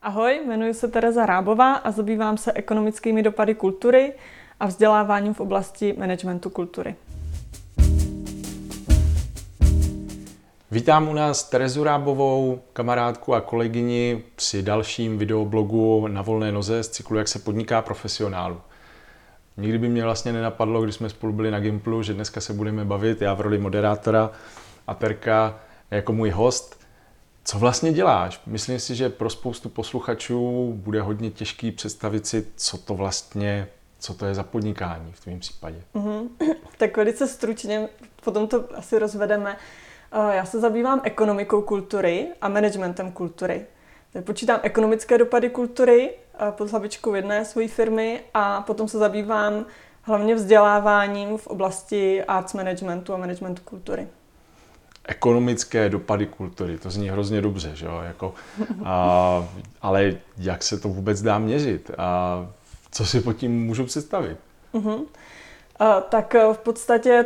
Ahoj, jmenuji se Tereza Rábová a zabývám se ekonomickými dopady kultury a vzděláváním v oblasti managementu kultury. Vítám u nás Terezu Rábovou, kamarádku a kolegyni při dalším videoblogu Na volné noze z cyklu Jak se podniká profesionálu. Nikdy by mě vlastně nenapadlo, když jsme spolu byli na Gimplu, že dneska se budeme bavit, já v roli moderátora a Terka jako můj host. Co vlastně děláš? Myslím si, že pro spoustu posluchačů bude hodně těžký představit si, co to je za podnikání v tvém případě. Tak velice stručně, potom to asi rozvedeme. Já se zabývám ekonomikou kultury a managementem kultury. Počítám ekonomické dopady kultury pod hlavičkou jedné své firmy a potom se zabývám hlavně vzděláváním v oblasti arts managementu a managementu kultury. Ekonomické dopady kultury, to zní hrozně dobře, že jo? Ale jak se to vůbec dá měřit? A co si pod tím můžu představit? Tak v podstatě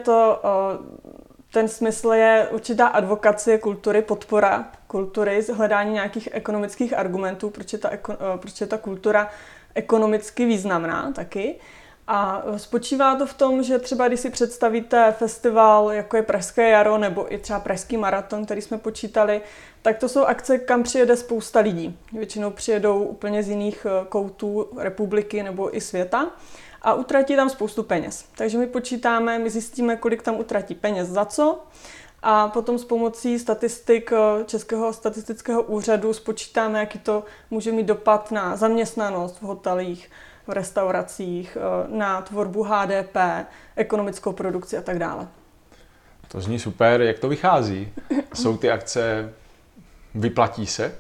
ten smysl je určitá advokacie kultury, podpora kultury, hledání nějakých ekonomických argumentů, proč je ta kultura ekonomicky významná taky. A spočívá to v tom, že třeba když si představíte festival, jako je Pražské jaro nebo i třeba Pražský maraton, který jsme počítali, tak to jsou akce, kam přijede spousta lidí. Většinou přijedou úplně z jiných koutů republiky nebo i světa a utratí tam spoustu peněz. Takže my zjistíme, kolik tam utratí peněz za co a potom s pomocí statistik Českého statistického úřadu spočítáme, jaký to může mít dopad na zaměstnanost v hotelích, v restauracích, na tvorbu HDP, ekonomickou produkci a tak dále. To zní super. Jak to vychází? Jsou ty akce, vyplatí se?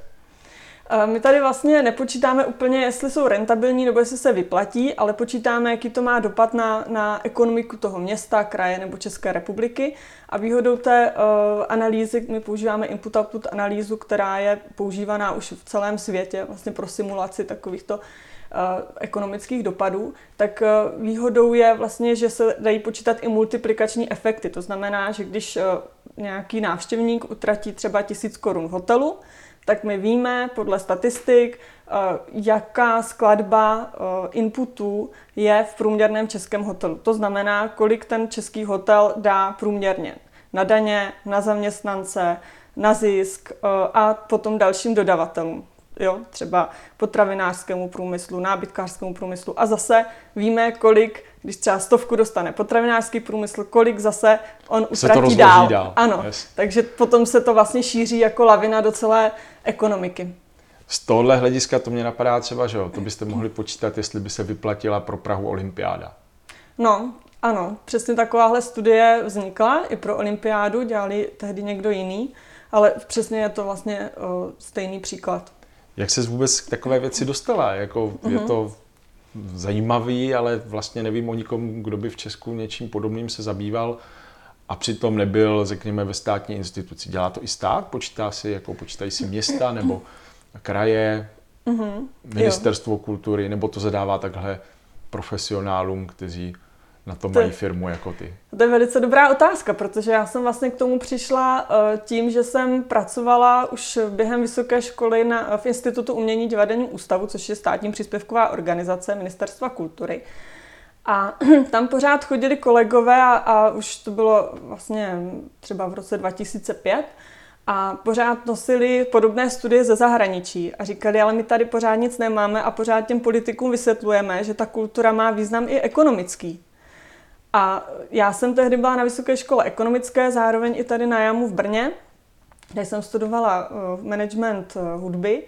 My tady vlastně nepočítáme úplně, jestli jsou rentabilní nebo jestli se vyplatí, ale počítáme, jaký to má dopad na ekonomiku toho města, kraje nebo České republiky. A výhodou té analýzy, my používáme input-output analýzu, která je používaná už v celém světě vlastně pro simulaci takovýchto ekonomických dopadů, tak výhodou je vlastně, že se dají počítat i multiplikační efekty. To znamená, že když nějaký návštěvník utratí třeba 1000 korun v hotelu, tak my víme podle statistik, jaká skladba inputů je v průměrném českém hotelu. To znamená, kolik ten český hotel dá průměrně na daně, na zaměstnance, na zisk a potom dalším dodavatelům. Jo, třeba potravinářskému průmyslu, nábytkářskému průmyslu. A zase víme, kolik, když třeba 100 dostane potravinářský průmysl, kolik zase on utratí dál. Ano, yes. Takže potom se to vlastně šíří jako lavina do celé ekonomiky. Z tohohle hlediska to mě napadá třeba, že jo, to byste mohli počítat, jestli by se vyplatila pro Prahu olympiáda. No, ano, přesně takováhle studie vznikla i pro olympiádu, dělali tehdy někdo jiný, ale přesně je to vlastně stejný příklad. Jak ses vůbec k takové věci dostala? Je to zajímavý, ale vlastně nevím o nikom, kdo by v Česku něčím podobným se zabýval a přitom nebyl, řekněme, ve státní instituci. Dělá to i stát? Počítají si města nebo kraje, ministerstvo kultury, nebo to zadává takhle profesionálům, kteří na to mají firmu jako ty? To je velice dobrá otázka, protože já jsem vlastně k tomu přišla tím, že jsem pracovala už během vysoké školy v Institutu umění divadelního ústavu, což je státní příspěvková organizace Ministerstva kultury. A tam pořád chodili kolegové a už to bylo vlastně třeba v roce 2005 a pořád nosili podobné studie ze zahraničí a říkali, ale my tady pořád nic nemáme a pořád těm politikům vysvětlujeme, že ta kultura má význam i ekonomický. A já jsem tehdy byla na vysoké škole ekonomické, zároveň i tady na JAMu v Brně, kde jsem studovala management hudby.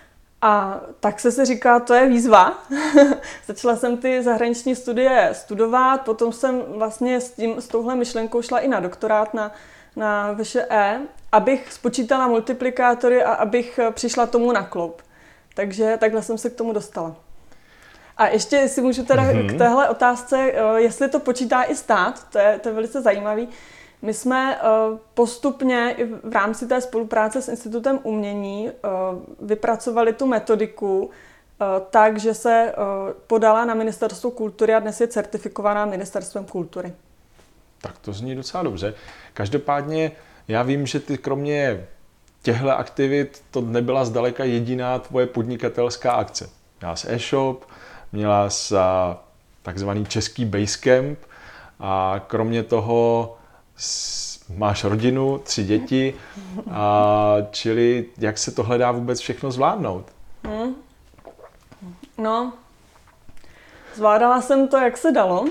A tak se říká, to je výzva. Začala jsem ty zahraniční studie studovat, potom jsem vlastně s touhle myšlenkou šla i na doktorát na VŠE, abych spočítala multiplikátory a abych přišla tomu na kloub. Takže takhle jsem se k tomu dostala. A ještě, jestli můžu teda k téhle otázce, jestli to počítá i stát, to je velice zajímavý. My jsme postupně i v rámci té spolupráce s Institutem umění vypracovali tu metodiku tak, že se podala na Ministerstvo kultury a dnes je certifikovaná Ministerstvem kultury. Tak to zní docela dobře. Každopádně já vím, že ty kromě těchto aktivit to nebyla zdaleka jediná tvoje podnikatelská akce. Měla jsi e-shop, měla jsi takzvaný český Basecamp a kromě toho máš rodinu, 3 děti, čili jak se tohle dá vůbec všechno zvládnout? No, zvládala jsem to, jak se dalo.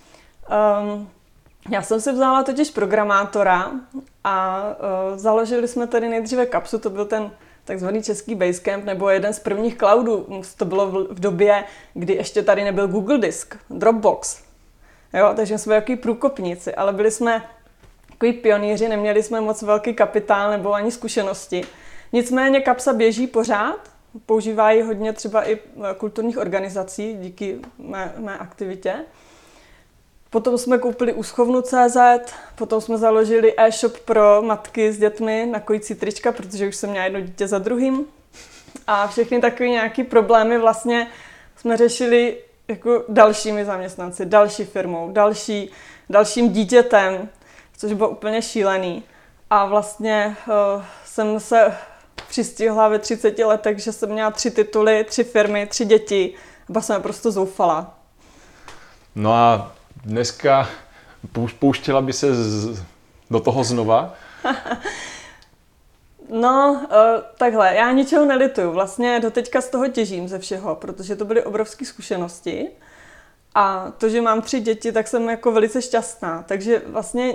Já jsem si vzala totiž programátora a založili jsme tady nejdříve Kapsu, to byl ten takzvaný český Basecamp, nebo jeden z prvních cloudů. To bylo v době, kdy ještě tady nebyl Google Disk, Dropbox. Jo, takže jsme takový průkopníci, ale byli jsme takový pionýři, neměli jsme moc velký kapitál nebo ani zkušenosti. Nicméně Kapsa běží pořád, používá ji hodně třeba i kulturních organizací díky mé aktivitě. Potom jsme koupili úschovnu.cz, potom jsme založili e-shop pro matky s dětmi na kojící trička, protože už jsem měla jedno dítě za druhým. A všechny takové nějaké problémy vlastně jsme řešili jako dalšími zaměstnanci, další firmou, dalším dítětem, což bylo úplně šílený. A vlastně jsem se přistihla ve 30 letech, že jsem měla 3 tituly, 3 firmy, 3 děti. A byla jsem naprosto zoufalá. No a dneska pouštěla by se do toho znova? No, takhle, já ničeho nelituju. Vlastně doteďka z toho těžím ze všeho, protože to byly obrovské zkušenosti. A to, že mám 3 děti, tak jsem jako velice šťastná. Takže vlastně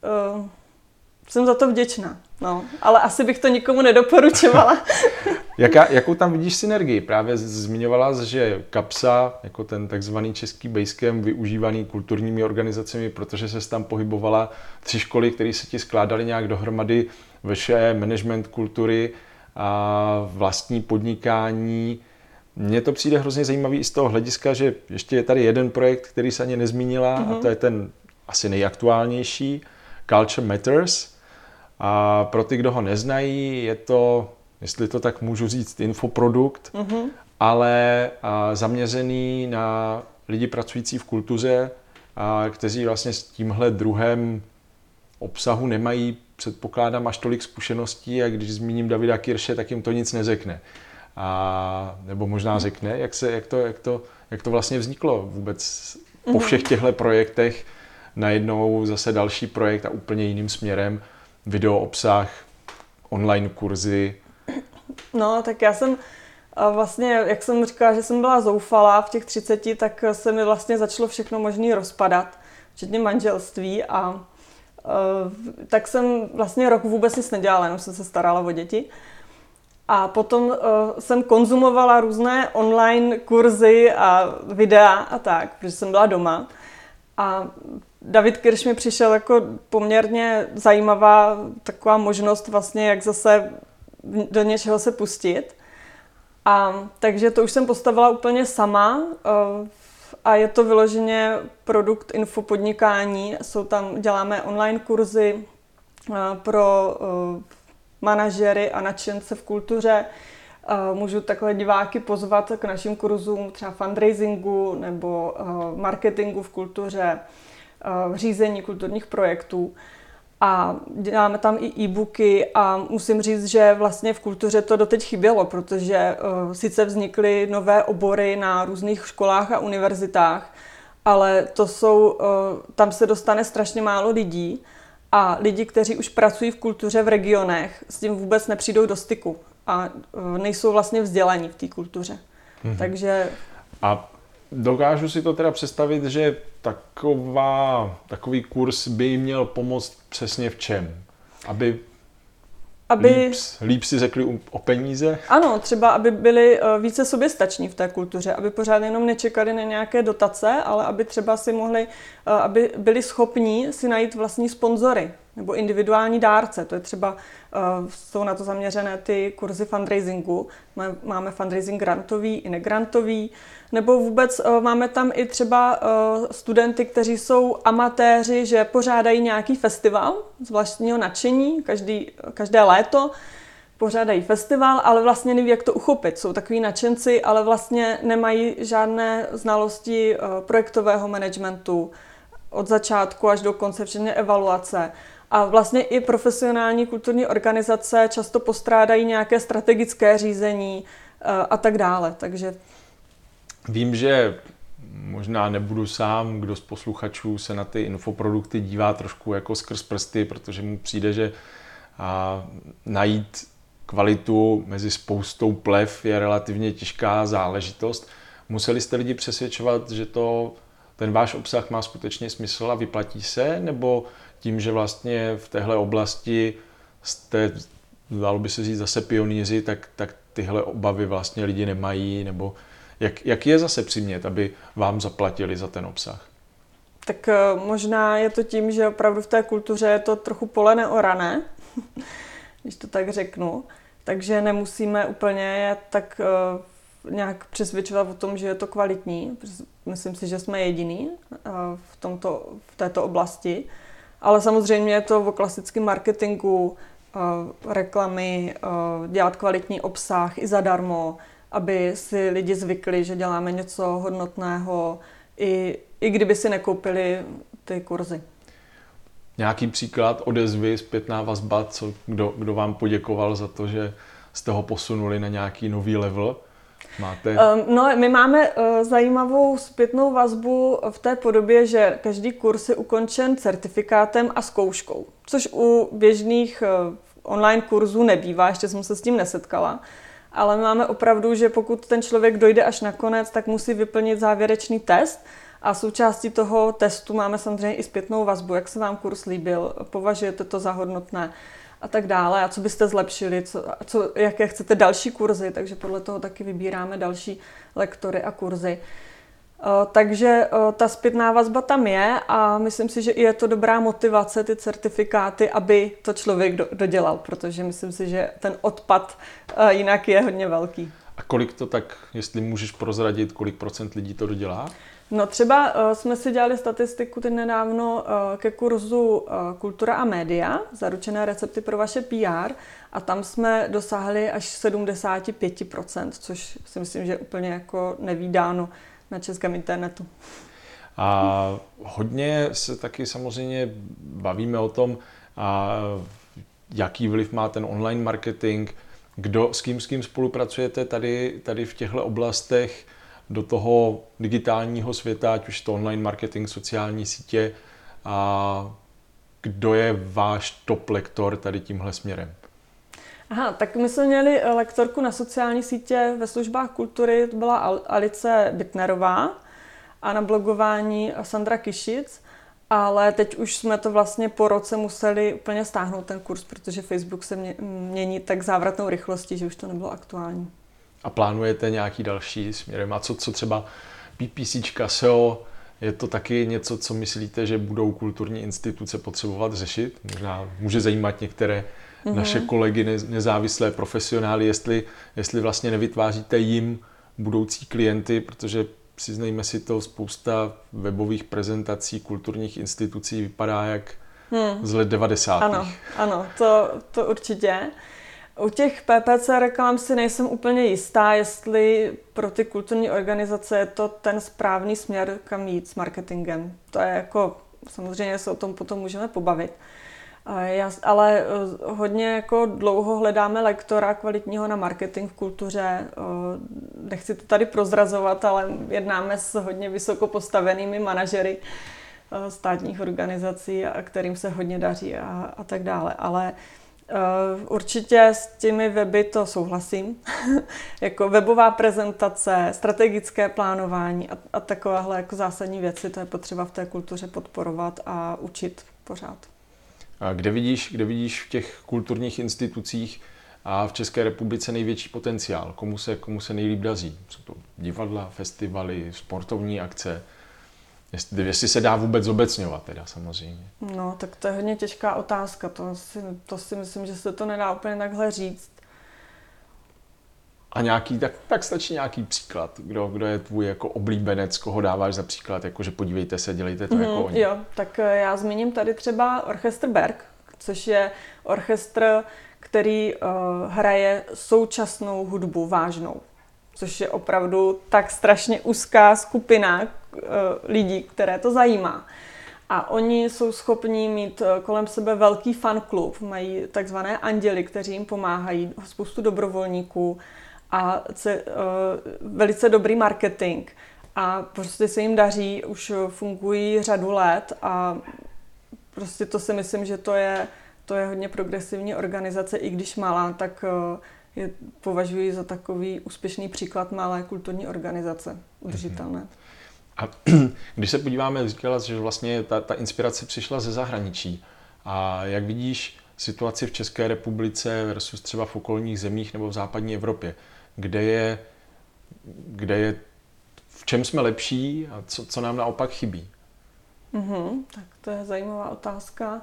jsem za to vděčná. No, ale asi bych to nikomu nedoporučovala. Jakou tam vidíš synergii? Právě zmiňovala jsi, že Kapsa, jako ten takzvaný český Basecamp, využívaný kulturními organizacemi, protože se tam pohybovala 3 školy, které se ti skládaly nějak dohromady, vše management kultury a vlastní podnikání. Mně to přijde hrozně zajímavý i z toho hlediska, že ještě je tady jeden projekt, který se ani nezmínila, a to je ten asi nejaktuálnější, Culture Matters. A pro ty, kdo ho neznají, je to, jestli to tak můžu říct, infoprodukt, ale zaměřený na lidi pracující v kultuře, kteří vlastně s tímhle druhem obsahu nemají, předpokládám, až tolik zkušeností, a když zmíním Davida Kirše, tak jim to nic neřekne. Nebo možná řekne, jak to vlastně vzniklo vůbec po všech těchto projektech, najednou zase další projekt a úplně jiným směrem, video obsah, online kurzy. No, tak já jsem vlastně, jak jsem říkala, že jsem byla zoufalá v těch 30, tak se mi vlastně začalo všechno možný rozpadat, včetně manželství, a tak jsem vlastně rok vůbec nic nedělala, jenom jsem se starala o děti. A potom jsem konzumovala různé online kurzy a videa a tak, protože jsem byla doma. A David Kirš mi přišel jako poměrně zajímavá taková možnost vlastně, jak zase do něčeho se pustit. A takže to už jsem postavila úplně sama a je to vyloženě produkt infopodnikání. Děláme online kurzy pro manažery a nadšence v kultuře. Můžu takhle diváky pozvat k našim kurzům třeba fundraisingu nebo marketingu v kultuře, řízení kulturních projektů. A děláme tam i e-booky a musím říct, že vlastně v kultuře to doteď chybělo, protože sice vznikly nové obory na různých školách a univerzitách, ale tam se dostane strašně málo lidí a lidi, kteří už pracují v kultuře v regionech, s tím vůbec nepřijdou do styku a nejsou vlastně vzdělaní v té kultuře. Takže... A dokážu si to teda představit, že takový kurz by jim měl pomoct přesně v čem? Aby líp si řekli o peníze? Ano, třeba aby byli více soběstační v té kultuře, aby pořád jenom nečekali na nějaké dotace, ale aby třeba aby byli schopní si najít vlastní sponzory nebo individuální dárce. To je třeba, jsou na to zaměřené ty kurzy fundraisingu. Máme fundraising grantový i negrantový. Nebo vůbec máme tam i třeba studenty, kteří jsou amatéři, že pořádají nějaký festival z vlastního nadšení, každé léto pořádají festival, ale vlastně neví, jak to uchopit. Jsou takový nadšenci, ale vlastně nemají žádné znalosti projektového managementu od začátku až do konce, včetně evaluace. A vlastně i profesionální kulturní organizace často postrádají nějaké strategické řízení a tak dále. Takže vím, že možná nebudu sám, kdo z posluchačů se na ty infoprodukty dívá trošku jako skrz prsty, protože mu přijde, že najít kvalitu mezi spoustou plev je relativně těžká záležitost. Museli jste lidi přesvědčovat, že ten váš obsah má skutečně smysl a vyplatí se, nebo tím, že vlastně v téhle oblasti jste, dalo by se říct, zase pionýři, tak tyhle obavy vlastně lidi nemají, nebo jak je zase přimět, aby vám zaplatili za ten obsah? Tak možná je to tím, že opravdu v té kultuře je to trochu pole neorané, když to tak řeknu. Takže nemusíme úplně tak nějak přesvědčovat o tom, že je to kvalitní. Myslím si, že jsme jediný v této oblasti. Ale samozřejmě je to o klasickém marketingu, reklamy, dělat kvalitní obsah i zadarmo, aby si lidi zvykli, že děláme něco hodnotného, i kdyby si nekoupili ty kurzy. Nějaký příklad odezvy, zpětná vazba, kdo vám poděkoval za to, že jste ho posunuli na nějaký nový level? Máte? My máme zajímavou zpětnou vazbu v té podobě, že každý kurz je ukončen certifikátem a zkouškou, což u běžných online kurzů nebývá, ještě jsem se s tím nesetkala. Ale máme opravdu, že pokud ten člověk dojde až na konec, tak musí vyplnit závěrečný test a součástí toho testu máme samozřejmě i zpětnou vazbu, jak se vám kurz líbil, považujete to za hodnotné a tak dále a co byste zlepšili, jaké chcete další kurzy, takže podle toho taky vybíráme další lektory a kurzy. Takže ta zpětná vazba tam je a myslím si, že i je to dobrá motivace, ty certifikáty, aby to člověk dodělal, protože myslím si, že ten odpad jinak je hodně velký. A kolik to tak, jestli můžeš prozradit, kolik procent lidí to dodělá? No třeba jsme si dělali statistiku teď nedávno ke kurzu Kultura a média, zaručené recepty pro vaše PR a tam jsme dosáhli až 75%, což si myslím, že je úplně jako nevídáno na českém internetu. A hodně se taky samozřejmě bavíme o tom, jaký vliv má ten online marketing, s kým spolupracujete tady v těchto oblastech do toho digitálního světa, ať už to online marketing, sociální sítě, a kdo je váš top lektor tady tímhle směrem? Aha, tak my jsme měli lektorku na sociální sítě ve službách kultury, to byla Alice Bittnerová a na blogování Sandra Kišic, ale teď už jsme to vlastně po roce museli úplně stáhnout ten kurz, protože Facebook se mění tak závratnou rychlostí, že už to nebylo aktuální. A plánujete nějaký další směrem? A co třeba PPCčka, SEO, je to taky něco, co myslíte, že budou kulturní instituce potřebovat řešit? Možná může zajímat některé naše kolegy, nezávislé profesionály, jestli vlastně nevytváříte jim budoucí klienty, protože přiznejme si to, spousta webových prezentací kulturních institucí vypadá jak z let 90. Ano, to určitě. U těch PPC reklam si nejsem úplně jistá, jestli pro ty kulturní organizace je to ten správný směr, kam jít s marketingem. To je jako, samozřejmě se o tom potom můžeme pobavit. Ale hodně jako dlouho hledáme lektora kvalitního na marketing v kultuře. Nechci to tady prozrazovat, ale jednáme s hodně vysoko postavenými manažery státních organizací, a kterým se hodně daří a tak dále. Ale určitě s těmi weby to souhlasím. Jako webová prezentace, strategické plánování a takovéhle jako zásadní věci, to je potřeba v té kultuře podporovat a učit pořád. A kde vidíš v těch kulturních institucích a v České republice největší potenciál? Komu se nejlíp daří? Jsou to divadla, festivaly, sportovní akce? Jestli se dá vůbec zobecňovat teda samozřejmě. No, tak to je hodně těžká otázka. To si myslím, že se to nedá úplně takhle říct. A nějaký, tak stačí nějaký příklad. Kdo je tvůj jako oblíbenec, koho dáváš za příklad, jakože podívejte se, dělejte to jako oni. Jo, tak já zmíním tady třeba orchestr Berg, což je orchestr, který hraje současnou hudbu vážnou. Což je opravdu tak strašně úzká skupina lidí, které to zajímá. A oni jsou schopní mít kolem sebe velký fanklub, mají takzvané anděly, kteří jim pomáhají, spoustu dobrovolníků a velice dobrý marketing. A prostě se jim daří, už fungují řadu let a prostě to si myslím, že to je hodně progresivní organizace, i když malá, tak je považuji za takový úspěšný příklad malé kulturní organizace, udržitelné. A když se podíváme, říkala, že vlastně ta inspirace přišla ze zahraničí. A jak vidíš situaci v České republice versus třeba v okolních zemích nebo v západní Evropě? Kde je v čem jsme lepší a co nám naopak chybí? Tak to je zajímavá otázka.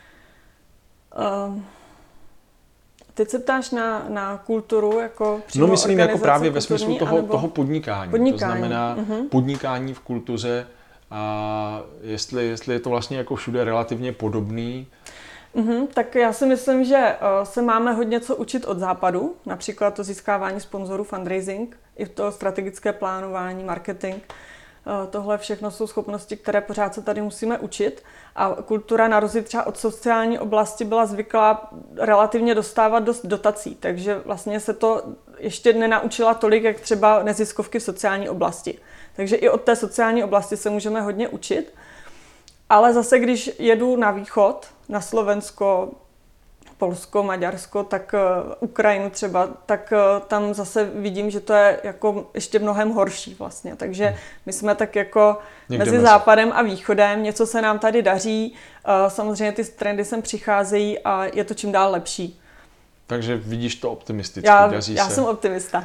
Teď se ptáš na kulturu jako přímo no myslím jako právě ve smyslu toho podnikání. To znamená podnikání v kultuře a jestli je to vlastně jako všude relativně podobný. Tak já si myslím, že se máme hodně co učit od západu, například to získávání sponzorů, fundraising, i to strategické plánování, marketing. Tohle všechno jsou schopnosti, které pořád se tady musíme učit a kultura na rozdíl třeba od sociální oblasti byla zvyklá relativně dostávat dost dotací, takže vlastně se to ještě nenaučila tolik, jak třeba neziskovky v sociální oblasti. Takže i od té sociální oblasti se můžeme hodně učit, ale zase když jedu na východ, na Slovensko, Polsko, Maďarsko, tak Ukrajinu třeba, tak tam zase vidím, že to je jako ještě mnohem horší vlastně. Takže my jsme tak jako mezi západem a východem, něco se nám tady daří, samozřejmě ty trendy sem přicházejí a je to čím dál lepší. Takže vidíš to optimisticky, daří se. Já jsem optimista.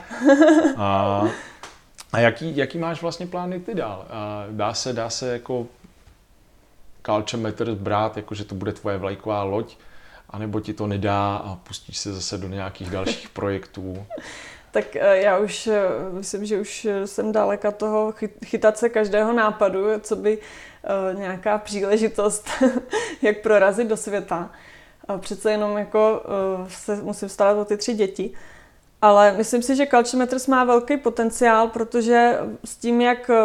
A jaký máš vlastně plány ty dál? Dá se jako Culture Matters brát, jako že to bude tvoje vlajková loď, anebo ti to nedá a pustíš se zase do nějakých dalších projektů? Tak já už myslím, že už jsem daleka toho chytat se každého nápadu, co by nějaká příležitost, jak prorazit do světa. Přece jenom jako se musím starat o ty 3 děti. Ale myslím si, že Culture Matters má velký potenciál, protože s tím,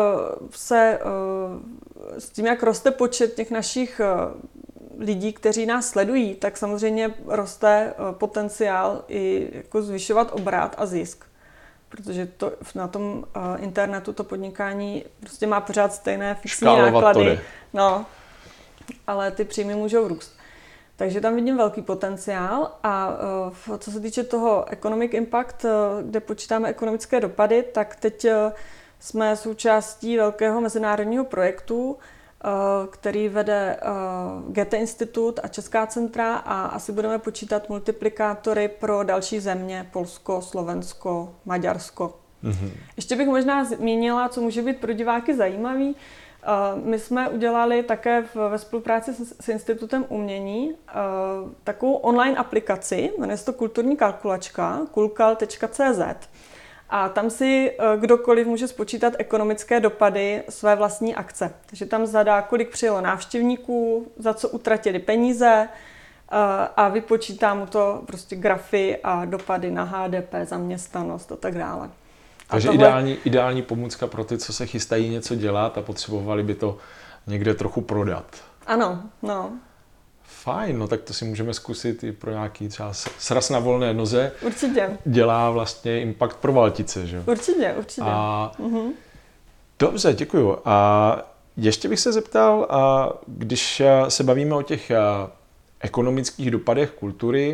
jak roste počet těch našich lidí, kteří nás sledují, tak samozřejmě roste potenciál i jako zvyšovat obrat a zisk. Protože na tom internetu to podnikání prostě má pořád stejné fixní náklady. No, ale ty příjmy můžou růst. Takže tam vidím velký potenciál a co se týče toho Economic Impact, kde počítáme ekonomické dopady, tak teď jsme součástí velkého mezinárodního projektu, který vede Goethe Institut a Česká centra a asi budeme počítat multiplikátory pro další země, Polsko, Slovensko, Maďarsko. Ještě bych možná zmínila, co může být pro diváky zajímavý. My jsme udělali také ve spolupráci s Institutem umění takovou online aplikaci, jmenuje se to Kulturní kalkulačka, kulkal.cz. A tam si kdokoliv může spočítat ekonomické dopady své vlastní akce. Takže tam zadá, kolik přijelo návštěvníků, za co utratili peníze a vypočítá mu to prostě grafy a dopady na HDP, zaměstnanost a tak dále. Takže ideální pomůcka pro ty, co se chystají něco dělat a potřebovali by to někde trochu prodat. Ano, no. Fajn, no tak to si můžeme zkusit i pro nějaký třeba sraz na volné noze. Určitě. Dělá vlastně impact pro Valtice, že? Určitě. Dobře, děkuju. A ještě bych se zeptal, když se bavíme o těch ekonomických dopadech kultury,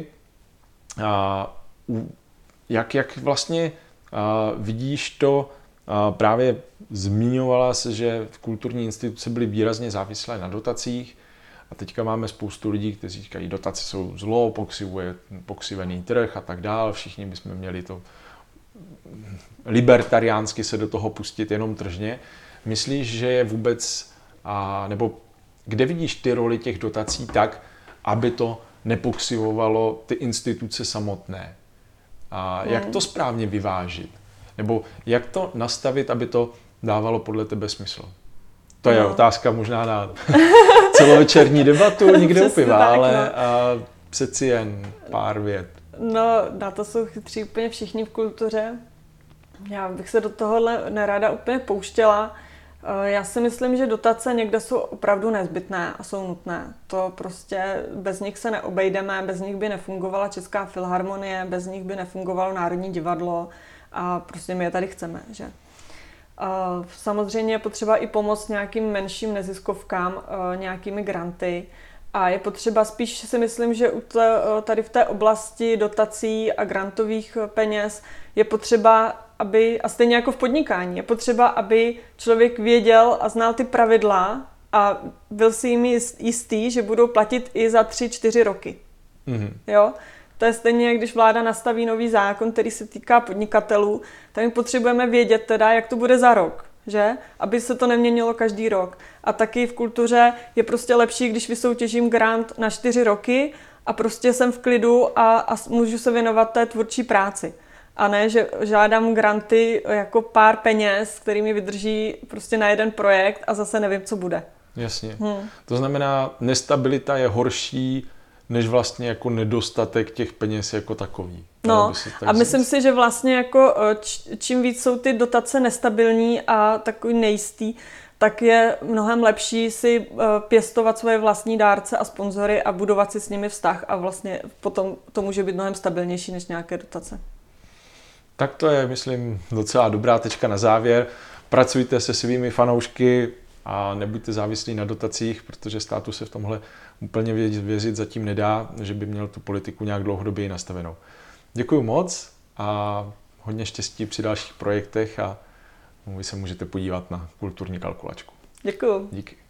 jak vlastně vidíš to, právě zmiňovala se, že kulturní instituce byly výrazně závislé na dotacích a teďka máme spoustu lidí, kteří říkají, dotace jsou zlo, pokřivený trh a tak dále, všichni bychom měli to libertariánsky se do toho pustit jenom tržně. Myslíš, že je vůbec, nebo kde vidíš ty roli těch dotací tak, aby to nepokřivovalo ty instituce samotné? A jak to správně vyvážit? Nebo jak to nastavit, aby to dávalo podle tebe smysl? To je otázka možná na celovečerní debatu, někde u piva, ale přeci jen pár vět. No, na to jsou chytří úplně všichni v kultuře. Já bych se do tohohle nerada úplně pouštěla. Já si myslím, že dotace někde jsou opravdu nezbytné a jsou nutné. To prostě bez nich se neobejdeme, bez nich by nefungovala Česká filharmonie, bez nich by nefungovalo Národní divadlo a prostě my je tady chceme, že? Samozřejmě je potřeba i pomoct nějakým menším neziskovkám, nějakými granty a je potřeba spíš si myslím, že tady v té oblasti dotací a grantových peněz je potřeba, a stejně jako v podnikání, je potřeba, aby člověk věděl a znal ty pravidla a byl si jimi jistý, že budou platit i za 3-4 roky. Mm-hmm. Jo? To je stejně, když vláda nastaví nový zákon, který se týká podnikatelů, tak my potřebujeme vědět teda, jak to bude za rok, že? Aby se to neměnilo každý rok. A taky v kultuře je prostě lepší, když vysoutěžím grant na 4 roky a prostě jsem v klidu a můžu se věnovat té tvůrčí práci. A ne, že žádám granty jako pár peněz, který mi vydrží prostě na jeden projekt a zase nevím, co bude. Jasně. To znamená, nestabilita je horší než vlastně jako nedostatek těch peněz jako takový. No a myslím si, že vlastně jako čím víc jsou ty dotace nestabilní a takový nejistý, tak je mnohem lepší si pěstovat svoje vlastní dárce a sponzory a budovat si s nimi vztah a vlastně potom to může být mnohem stabilnější než nějaké dotace. Tak to je, myslím, docela dobrá tečka na závěr. Pracujte se svými fanoušky a nebuďte závislí na dotacích, protože státu se v tomhle úplně věřit zatím nedá, že by měl tu politiku nějak dlouhodobě nastavenou. Děkuju moc a hodně štěstí při dalších projektech a vy se můžete podívat na kulturní kalkulačku. Děkuju. Díky.